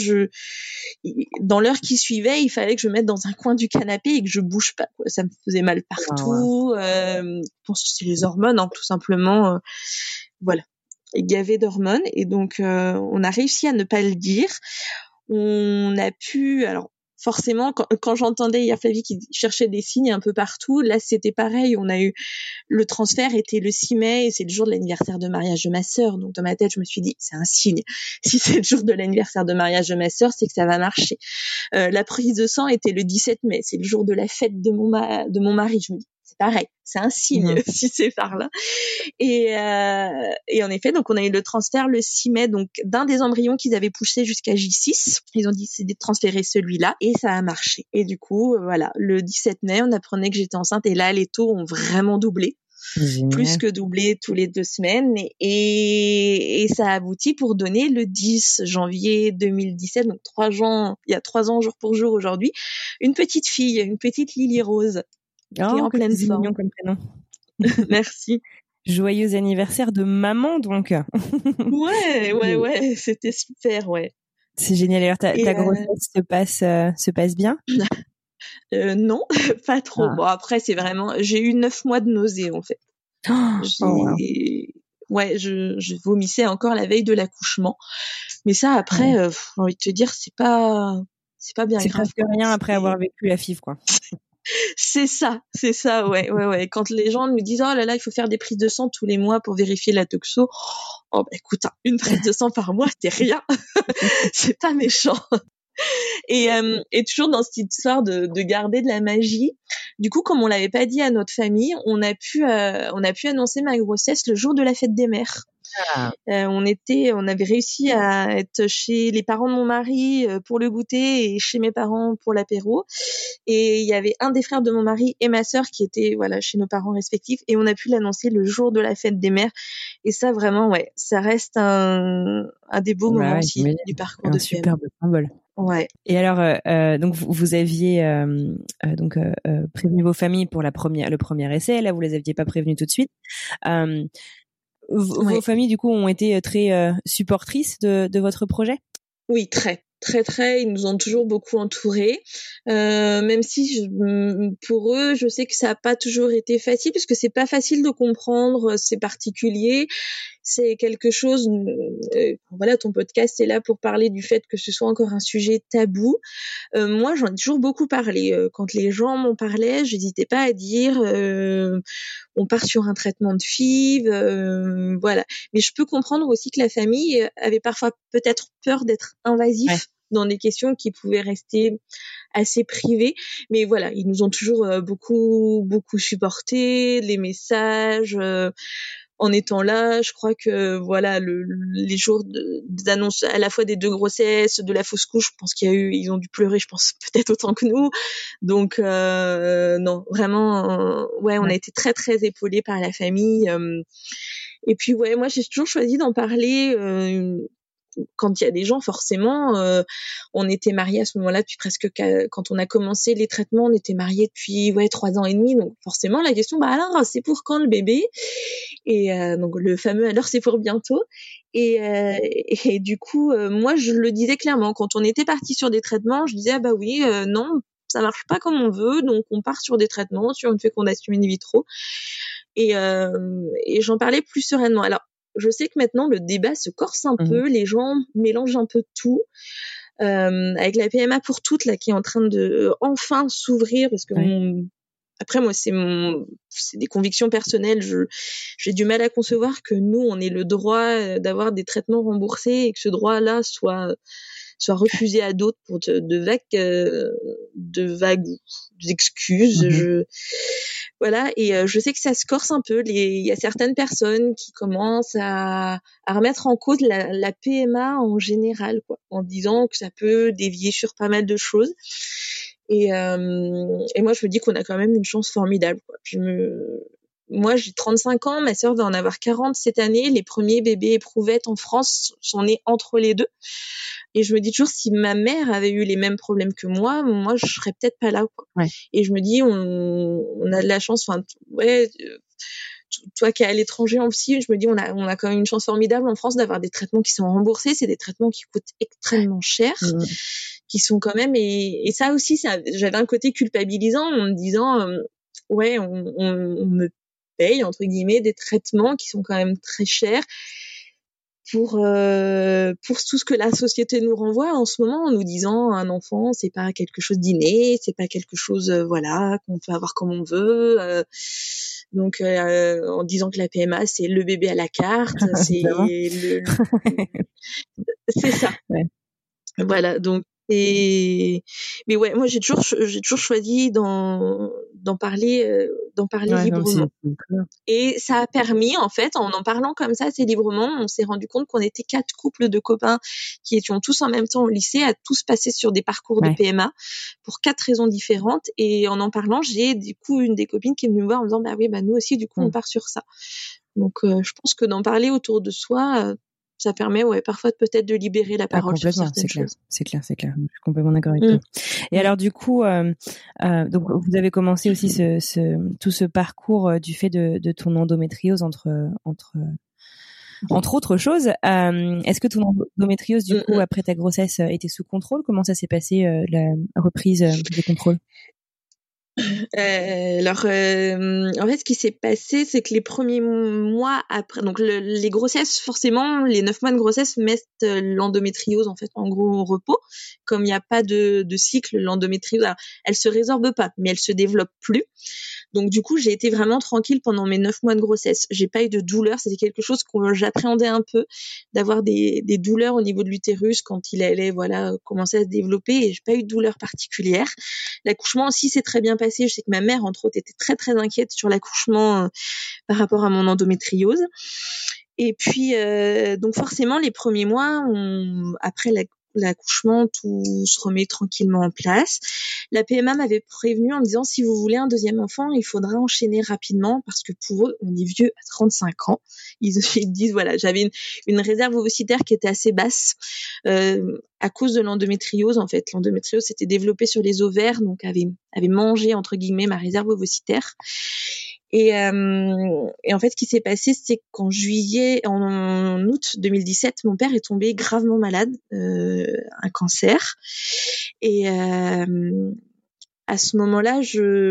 Dans l'heure qui suivait, il fallait que je me mette dans un coin du canapé et que je bouge pas, quoi. Ça me faisait mal partout. Je pense que c'est les hormones, tout simplement. Voilà, gavé d'hormones. Et donc, on a réussi à ne pas le dire. On a pu... Alors, forcément, quand j'entendais hier Flavie qui cherchait des signes un peu partout, là, c'était pareil. On a eu... Le transfert était le 6 mai et c'est le jour de l'anniversaire de mariage de ma sœur. Donc, dans ma tête, je me suis dit, c'est un signe. Si c'est le jour de l'anniversaire de mariage de ma sœur, c'est que ça va marcher. La prise de sang était le 17 mai. C'est le jour de la fête de mon mari. Je me dis, c'est pareil. C'est un signe, si c'est par là. Et en effet, donc on a eu le transfert le 6 mai, donc d'un des embryons qu'ils avaient poussé jusqu'à J6. Ils ont décidé de transférer celui-là et ça a marché. Et du coup, voilà, le 17 mai, on apprenait que j'étais enceinte et là, les taux ont vraiment doublé. Génial. Plus que doublé tous les 2 semaines et ça a abouti pour donner le 10 janvier 2017, donc il y a 3 ans jour pour jour aujourd'hui, une petite fille, une petite Lily Rose. Qui est en pleine forme. Mignon comme prénom. Merci. Joyeux anniversaire de maman, donc. Ouais, c'était super, ouais. C'est génial. Alors, ta grossesse se passe bien? Non, pas trop. Bon, après, c'est vraiment... J'ai eu 9 mois de nausées, en fait. Ouais, je vomissais encore la veille de l'accouchement. Mais ça, après, j'ai envie de te dire, c'est pas bien grave. C'est presque rien après avoir vécu la FIV, quoi. C'est ça, ouais. Quand les gens nous disent, oh là là, il faut faire des prises de sang tous les mois pour vérifier la toxo. Oh, écoute, une prise de sang par mois, c'est rien. C'est pas méchant. Et toujours dans cette histoire de garder de la magie. Du coup, comme on l'avait pas dit à notre famille, on a pu annoncer ma grossesse le jour de la fête des mères. Ah. On avait réussi à être chez les parents de mon mari pour le goûter et chez mes parents pour l'apéro. Et il y avait un des frères de mon mari et ma sœur qui étaient chez nos parents respectifs et on a pu l'annoncer le jour de la fête des mères. Et ça vraiment ça reste un des beaux moments aussi du parcours de PMA. Un superbe symbole. Ouais. Et alors, donc vous aviez prévenu vos familles pour le premier essai. Là, vous les aviez pas prévenus tout de suite. Vos familles, du coup, ont été très supportrices de votre projet ? Oui, très. Ils nous ont toujours beaucoup entourés, même si pour eux, je sais que ça n'a pas toujours été facile, parce que c'est pas facile de comprendre, c'est particulier, c'est quelque chose, ton podcast est là pour parler du fait que ce soit encore un sujet tabou. Moi, j'en ai toujours beaucoup parlé. Quand les gens m'en parlaient, j'hésitais pas à dire on part sur un traitement de FIV, voilà. Mais je peux comprendre aussi que la famille avait parfois peut-être peur d'être invasif dans des questions qui pouvaient rester assez privées. Mais voilà, ils nous ont toujours beaucoup supportés, les messages, en étant là. Je crois que les jours des annonces à la fois des 2 grossesses, de la fausse couche, je pense ils ont dû pleurer, je pense peut-être autant que nous. Donc non, vraiment on a été très très épaulés par la famille. Et puis moi j'ai toujours choisi d'en parler quand il y a des gens, forcément, on était mariés à ce moment-là depuis quand on a commencé les traitements, on était mariés depuis 3 ans et demi, donc forcément la question, alors c'est pour quand le bébé ? Et donc le fameux alors c'est pour bientôt. Et du coup, moi je le disais clairement quand on était parti sur des traitements, je disais non, ça marche pas comme on veut, donc on part sur des traitements, sur une fécondation in vitro. Et j'en parlais plus sereinement. Alors je sais que maintenant le débat se corse un peu, les gens mélangent un peu tout, avec la PMA pour toutes là qui est en train de enfin s'ouvrir, parce que après moi c'est des convictions personnelles, j'ai du mal à concevoir que nous on ait le droit d'avoir des traitements remboursés et que ce droit-là soit refusé à d'autres pour de vagues excuses. Voilà, et je sais que ça se corse un peu. Il y a certaines personnes qui commencent à remettre en cause la PMA en général, en disant que ça peut dévier sur pas mal de choses. Et moi, je me dis qu'on a quand même une chance formidable, Moi, j'ai 35 ans, ma sœur va en avoir 40 cette année. Les premiers bébés éprouvettes en France sont nés entre les deux. Et je me dis toujours, si ma mère avait eu les mêmes problèmes que moi je serais peut-être pas là, Et je me dis, on a de la chance, toi qui es à l'étranger en psy, je me dis, on a quand même une chance formidable en France d'avoir des traitements qui sont remboursés. C'est des traitements qui coûtent extrêmement cher, qui sont quand même, et ça aussi, j'avais un côté culpabilisant en me disant, on me paye, entre guillemets, des traitements qui sont quand même très chers pour tout ce que la société nous renvoie en ce moment, en nous disant un enfant c'est pas quelque chose d'inné, c'est pas quelque chose qu'on peut avoir comme on veut, donc en disant que la PMA c'est le bébé à la carte, c'est c'est ça. Voilà, donc mais moi j'ai toujours choisi d'en parler librement. Et ça a permis, en fait, en parlant comme ça assez librement, on s'est rendu compte qu'on était 4 couples de copains qui étions tous en même temps au lycée, à tous passer sur des parcours de PMA pour 4 raisons différentes. Et en parlant, j'ai du coup une des copines qui est venue me voir en me disant nous aussi du coup on part sur ça. Donc je pense que d'en parler autour de soi, ça permet parfois peut-être de libérer la parole sur certaines choses. C'est clair. Je suis complètement d'accord avec toi. Et alors du coup, donc vous avez commencé aussi tout ce parcours du fait de ton endométriose entre autres choses. Est-ce que ton endométriose du coup après ta grossesse était sous contrôle ? Comment ça s'est passé la reprise des contrôles ? Alors, en fait, ce qui s'est passé, c'est que les premiers mois après, donc les grossesses, forcément, les 9 mois de grossesse mettent l'endométriose, en fait, en gros, au repos. Comme il n'y a pas de cycle, l'endométriose, alors, elle se résorbe pas, mais elle se développe plus. Donc du coup, j'ai été vraiment tranquille pendant mes 9 mois de grossesse. J'ai pas eu de douleur. C'était quelque chose que j'appréhendais un peu, d'avoir des douleurs au niveau de l'utérus quand il allait commencer à se développer. Et j'ai pas eu de douleur particulière. L'accouchement aussi s'est très bien passé. Je sais que ma mère, entre autres, était très très inquiète sur l'accouchement par rapport à mon endométriose. Et puis donc forcément, les premiers mois, après l'accouchement, tout se remet tranquillement en place. La PMA m'avait prévenu en me disant, si vous voulez un deuxième enfant, il faudra enchaîner rapidement parce que pour eux, on est vieux à 35 ans. Ils disent, voilà, j'avais une réserve ovocitaire qui était assez basse à cause de l'endométriose. En fait, l'endométriose s'était développée sur les ovaires, donc avait mangé, entre guillemets, ma réserve ovocitaire. Et en fait, ce qui s'est passé, c'est qu'en août 2017, mon père est tombé gravement malade, un cancer. Et à ce moment-là,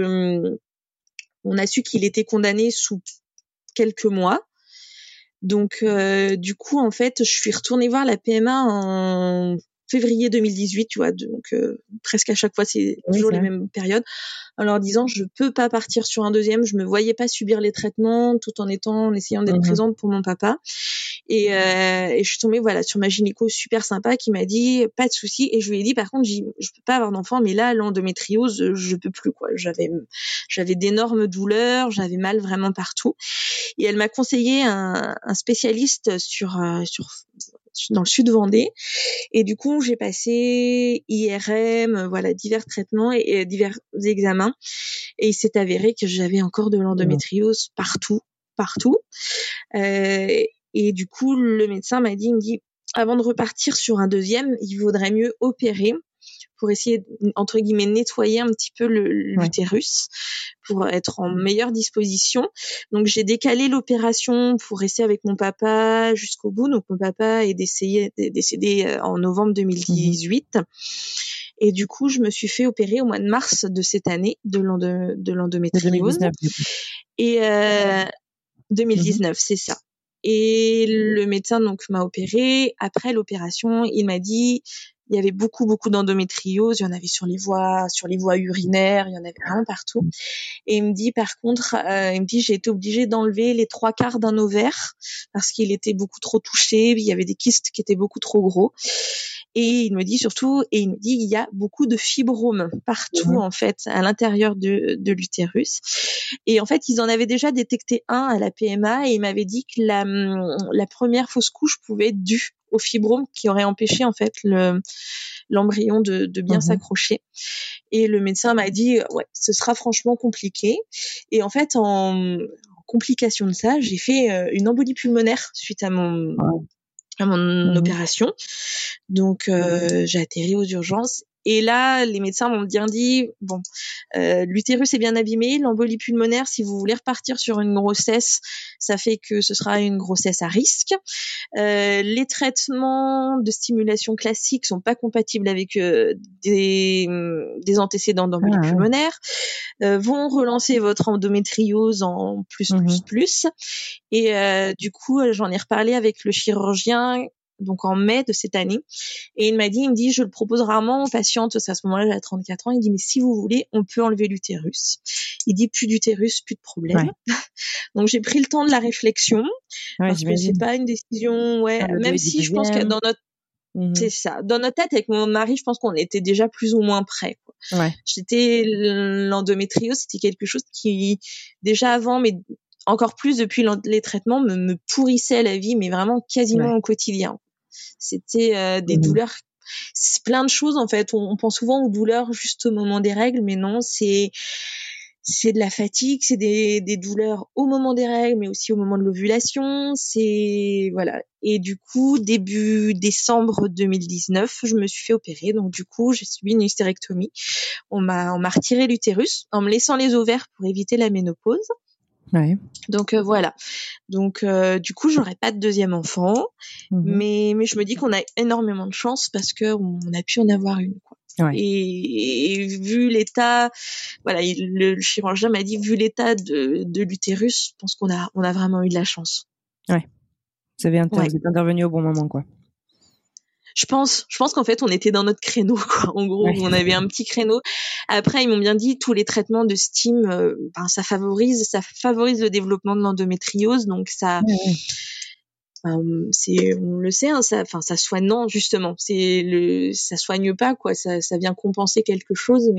on a su qu'il était condamné sous quelques mois. Donc, du coup, en fait, je suis retournée voir la PMA en février 2018, tu vois, donc presque à chaque fois, c'est toujours les mêmes périodes, en leur disant je peux pas partir sur un deuxième, je me voyais pas subir les traitements tout en essayant d'être présente pour mon papa. Et je suis tombée sur ma gynéco super sympa qui m'a dit pas de souci, et je lui ai dit par contre je peux pas avoir d'enfant, mais là l'endométriose je peux plus quoi, j'avais d'énormes douleurs, j'avais mal vraiment partout, et elle m'a conseillé un spécialiste dans le sud Vendée. Et du coup, j'ai passé IRM, divers traitements et divers examens. Et il s'est avéré que j'avais encore de l'endométriose partout. Et du coup, le médecin il me dit, avant de repartir sur un deuxième, il vaudrait mieux opérer pour essayer, entre guillemets, nettoyer un petit peu l'utérus pour être en meilleure disposition. Donc, j'ai décalé l'opération pour rester avec mon papa jusqu'au bout. Donc, mon papa est décédé en novembre 2018. Et du coup, je me suis fait opérer au mois de mars de cette année de l'endométriose. 2019, et 2019, c'est ça. Et le médecin m'a opéré. Après l'opération, il m'a dit, il y avait beaucoup d'endométriose, il y en avait sur les voies urinaires, il y en avait vraiment partout. Et il me dit par contre, j'ai été obligée d'enlever les 3/4 d'un ovaire parce qu'il était beaucoup trop touché, il y avait des kystes qui étaient beaucoup trop gros. Et il me dit surtout, il y a beaucoup de fibromes partout en fait à l'intérieur de l'utérus. Et en fait, ils en avaient déjà détecté un à la PMA, et il m'avait dit que la première fausse couche pouvait être due au fibrome qui aurait empêché en fait l'embryon de bien s'accrocher. Et le médecin m'a dit ce sera franchement compliqué. Et en fait, en complication de ça, j'ai fait une embolie pulmonaire suite à mon opération. Donc j'ai atterri aux urgences. Et là, les médecins m'ont bien dit, l'utérus est bien abîmé, l'embolie pulmonaire, si vous voulez repartir sur une grossesse, ça fait que ce sera une grossesse à risque. Les traitements de stimulation classiques sont pas compatibles avec des antécédents d'embolie pulmonaire, vont relancer votre endométriose en plus. Et du coup, j'en ai reparlé avec le chirurgien donc en mai de cette année, et il me dit je le propose rarement aux patientes, à ce moment-là j'avais 34 ans, il dit mais si vous voulez on peut enlever l'utérus. Il dit plus d'utérus, plus de problème. Donc j'ai pris le temps de la réflexion parce que c'est pas une décision même si je pense que dans notre c'est ça, dans notre tête avec mon mari, je pense qu'on était déjà plus ou moins prêts quoi. L'endométriose, c'était quelque chose qui déjà avant, mais encore plus depuis les traitements, me pourrissait la vie, mais vraiment quasiment au quotidien. C'était des douleurs, c'est plein de choses en fait. On pense souvent aux douleurs juste au moment des règles, mais non, c'est de la fatigue, c'est des douleurs au moment des règles, mais aussi au moment de l'ovulation. Et du coup, début décembre 2019, je me suis fait opérer. Donc du coup, j'ai subi une hystérectomie. On m'a retiré l'utérus en me laissant les ovaires pour éviter la ménopause. Donc voilà. Donc du coup, j'aurai pas de deuxième enfant, mais je me dis qu'on a énormément de chance parce que on a pu en avoir une quoi. Et vu l'état, le chirurgien m'a dit vu l'état de l'utérus, je pense qu'on a vraiment eu de la chance. Vous êtes intervenu au bon moment quoi. Je pense qu'en fait, on était dans notre créneau, quoi. En gros, on avait un petit créneau. Après, ils m'ont bien dit, tous les traitements de STEAM, ça favorise le développement de l'endométriose, donc ça, on le sait, hein, ça soigne, non, justement, ça soigne pas, quoi. Ça vient compenser quelque chose,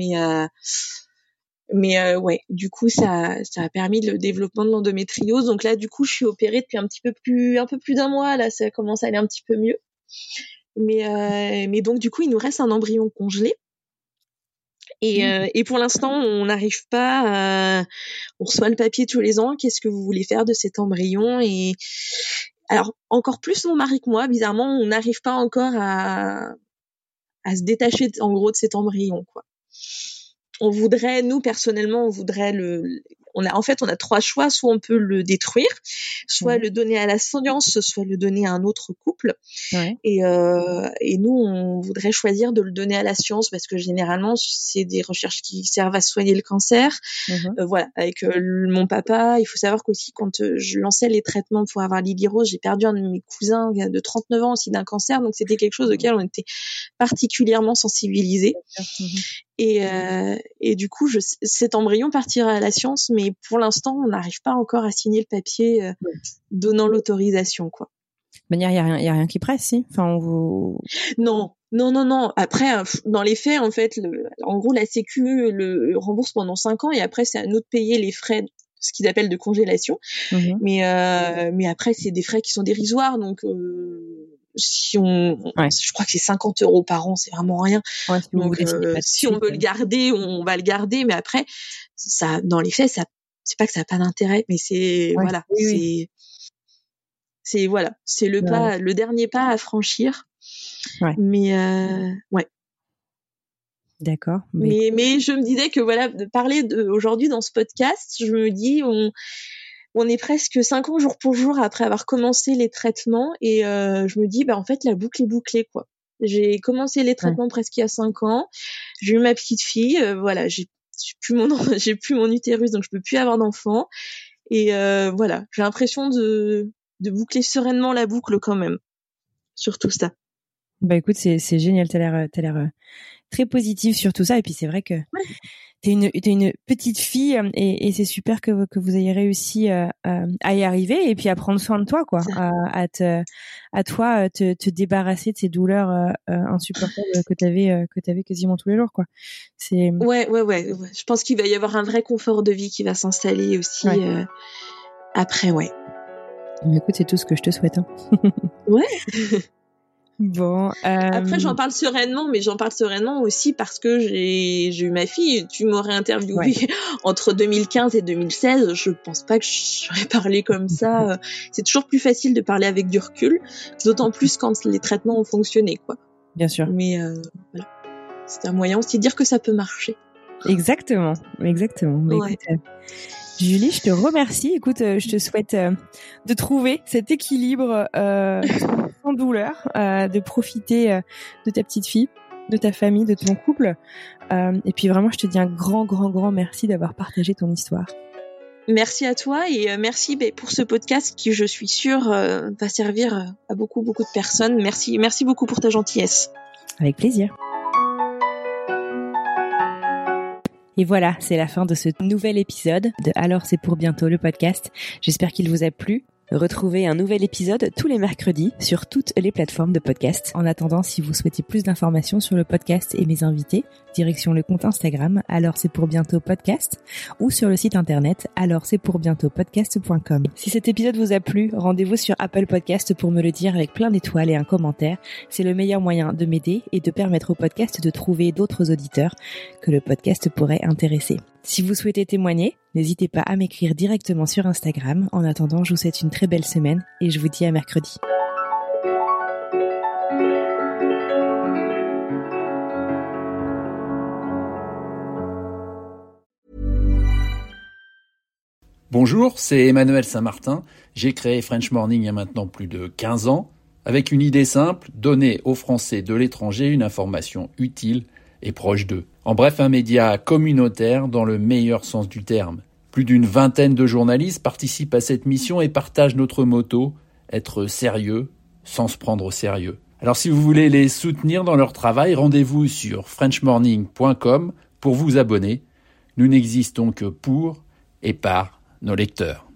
mais ouais, du coup, ça a permis le développement de l'endométriose. Donc là, du coup, je suis opérée depuis un peu plus d'1 mois. Là, ça commence à aller un petit peu mieux. Mais donc, du coup, il nous reste un embryon congelé. Et pour l'instant, on n'arrive pas. On reçoit le papier tous les ans. Qu'est-ce que vous voulez faire de cet embryon? Et alors, encore plus mon mari que moi, bizarrement, on n'arrive pas encore à se détacher, en gros, de cet embryon, quoi. Nous, personnellement, on a 3 choix. Soit on peut le détruire, soit le donner à la science, soit le donner à un autre couple. Ouais. Et nous, on voudrait choisir de le donner à la science parce que généralement, c'est des recherches qui servent à soigner le cancer. Voilà. Avec mon papa, il faut savoir qu'aussi, quand je lançais les traitements pour avoir l'Ilyrose, j'ai perdu un de mes cousins de 39 ans aussi d'un cancer. Donc, c'était quelque chose auquel on était particulièrement sensibilisés. Et du coup, cet embryon partira à la science, mais pour l'instant, on n'arrive pas encore à signer le papier donnant l'autorisation, quoi. De manière, il y a rien qui presse, si. Enfin, Non. Après, dans les faits, en fait, en gros, la Sécu le rembourse pendant 5 ans et après, c'est à nous de payer les frais, ce qu'ils appellent de congélation. Mais après, c'est des frais qui sont dérisoires, donc. Je crois que c'est 50 € par an, c'est vraiment rien. Ouais, donc, si on veut le garder, on va le garder. Mais après, ça, dans les faits, c'est pas que ça a pas d'intérêt, mais c'est voilà, c'est voilà, c'est le pas, le dernier pas à franchir. Ouais. Mais ouais. D'accord. Mais je me disais que voilà, de parler aujourd'hui dans ce podcast, je me dis on est presque 5 ans jour pour jour après avoir commencé les traitements et je me dis en fait la boucle est bouclée, quoi. J'ai commencé les traitements presque il y a 5 ans. J'ai eu ma petite fille, voilà, j'ai plus mon utérus, donc je peux plus avoir d'enfant et voilà, j'ai l'impression de boucler sereinement la boucle quand même sur tout ça. Bah écoute, c'est génial, t'as l'air très positive sur tout ça et puis c'est vrai que t'es une petite fille et c'est super que vous ayez réussi à y arriver et puis à prendre soin de toi, quoi, à te débarrasser de ces douleurs insupportables que t'avais quasiment tous les jours, quoi. C'est ouais. Je pense qu'il va y avoir un vrai confort de vie qui va s'installer aussi après, ouais. Mais écoute, c'est tout ce que je te souhaite, hein. Ouais. Bon. Après, j'en parle sereinement, mais j'en parle sereinement aussi parce que j'ai eu ma fille. Tu m'aurais interviewé entre 2015 et 2016. Je pense pas que j'aurais parlé comme ça. C'est toujours plus facile de parler avec du recul, d'autant plus quand les traitements ont fonctionné, quoi. Bien sûr. Mais voilà, c'est un moyen aussi de dire que ça peut marcher. Exactement. Mais écoute, Julie, je te remercie. Écoute, je te souhaite de trouver cet équilibre sans douleur, de profiter de ta petite fille, de ta famille, de ton couple. Et puis vraiment, je te dis un grand merci d'avoir partagé ton histoire. Merci à toi et merci pour ce podcast qui, je suis sûre, va servir à beaucoup de personnes. Merci beaucoup pour ta gentillesse. Avec plaisir. Et voilà, c'est la fin de ce nouvel épisode de Alors c'est pour bientôt, le podcast. J'espère qu'il vous a plu. Retrouvez un nouvel épisode tous les mercredis sur toutes les plateformes de podcast. En attendant, si vous souhaitez plus d'informations sur le podcast et mes invités, direction le compte Instagram Alors c'est pour bientôt podcast ou sur le site internet alors c'est pour bientôt podcast.com. Si cet épisode vous a plu, rendez-vous sur Apple Podcast pour me le dire avec plein d'étoiles et un commentaire. C'est le meilleur moyen de m'aider et de permettre au podcast de trouver d'autres auditeurs que le podcast pourrait intéresser. Si vous souhaitez témoigner, n'hésitez pas à m'écrire directement sur Instagram. En attendant, je vous souhaite une très belle semaine et je vous dis à mercredi. Bonjour, c'est Emmanuel Saint-Martin. J'ai créé French Morning il y a maintenant plus de 15 ans, avec une idée simple, donner aux Français de l'étranger une information utile et proche d'eux. En bref, un média communautaire dans le meilleur sens du terme. Plus d'une vingtaine de journalistes participent à cette mission et partagent notre motto, être sérieux sans se prendre au sérieux. Alors si vous voulez les soutenir dans leur travail, rendez-vous sur frenchmorning.com pour vous abonner. Nous n'existons que pour et par nos lecteurs.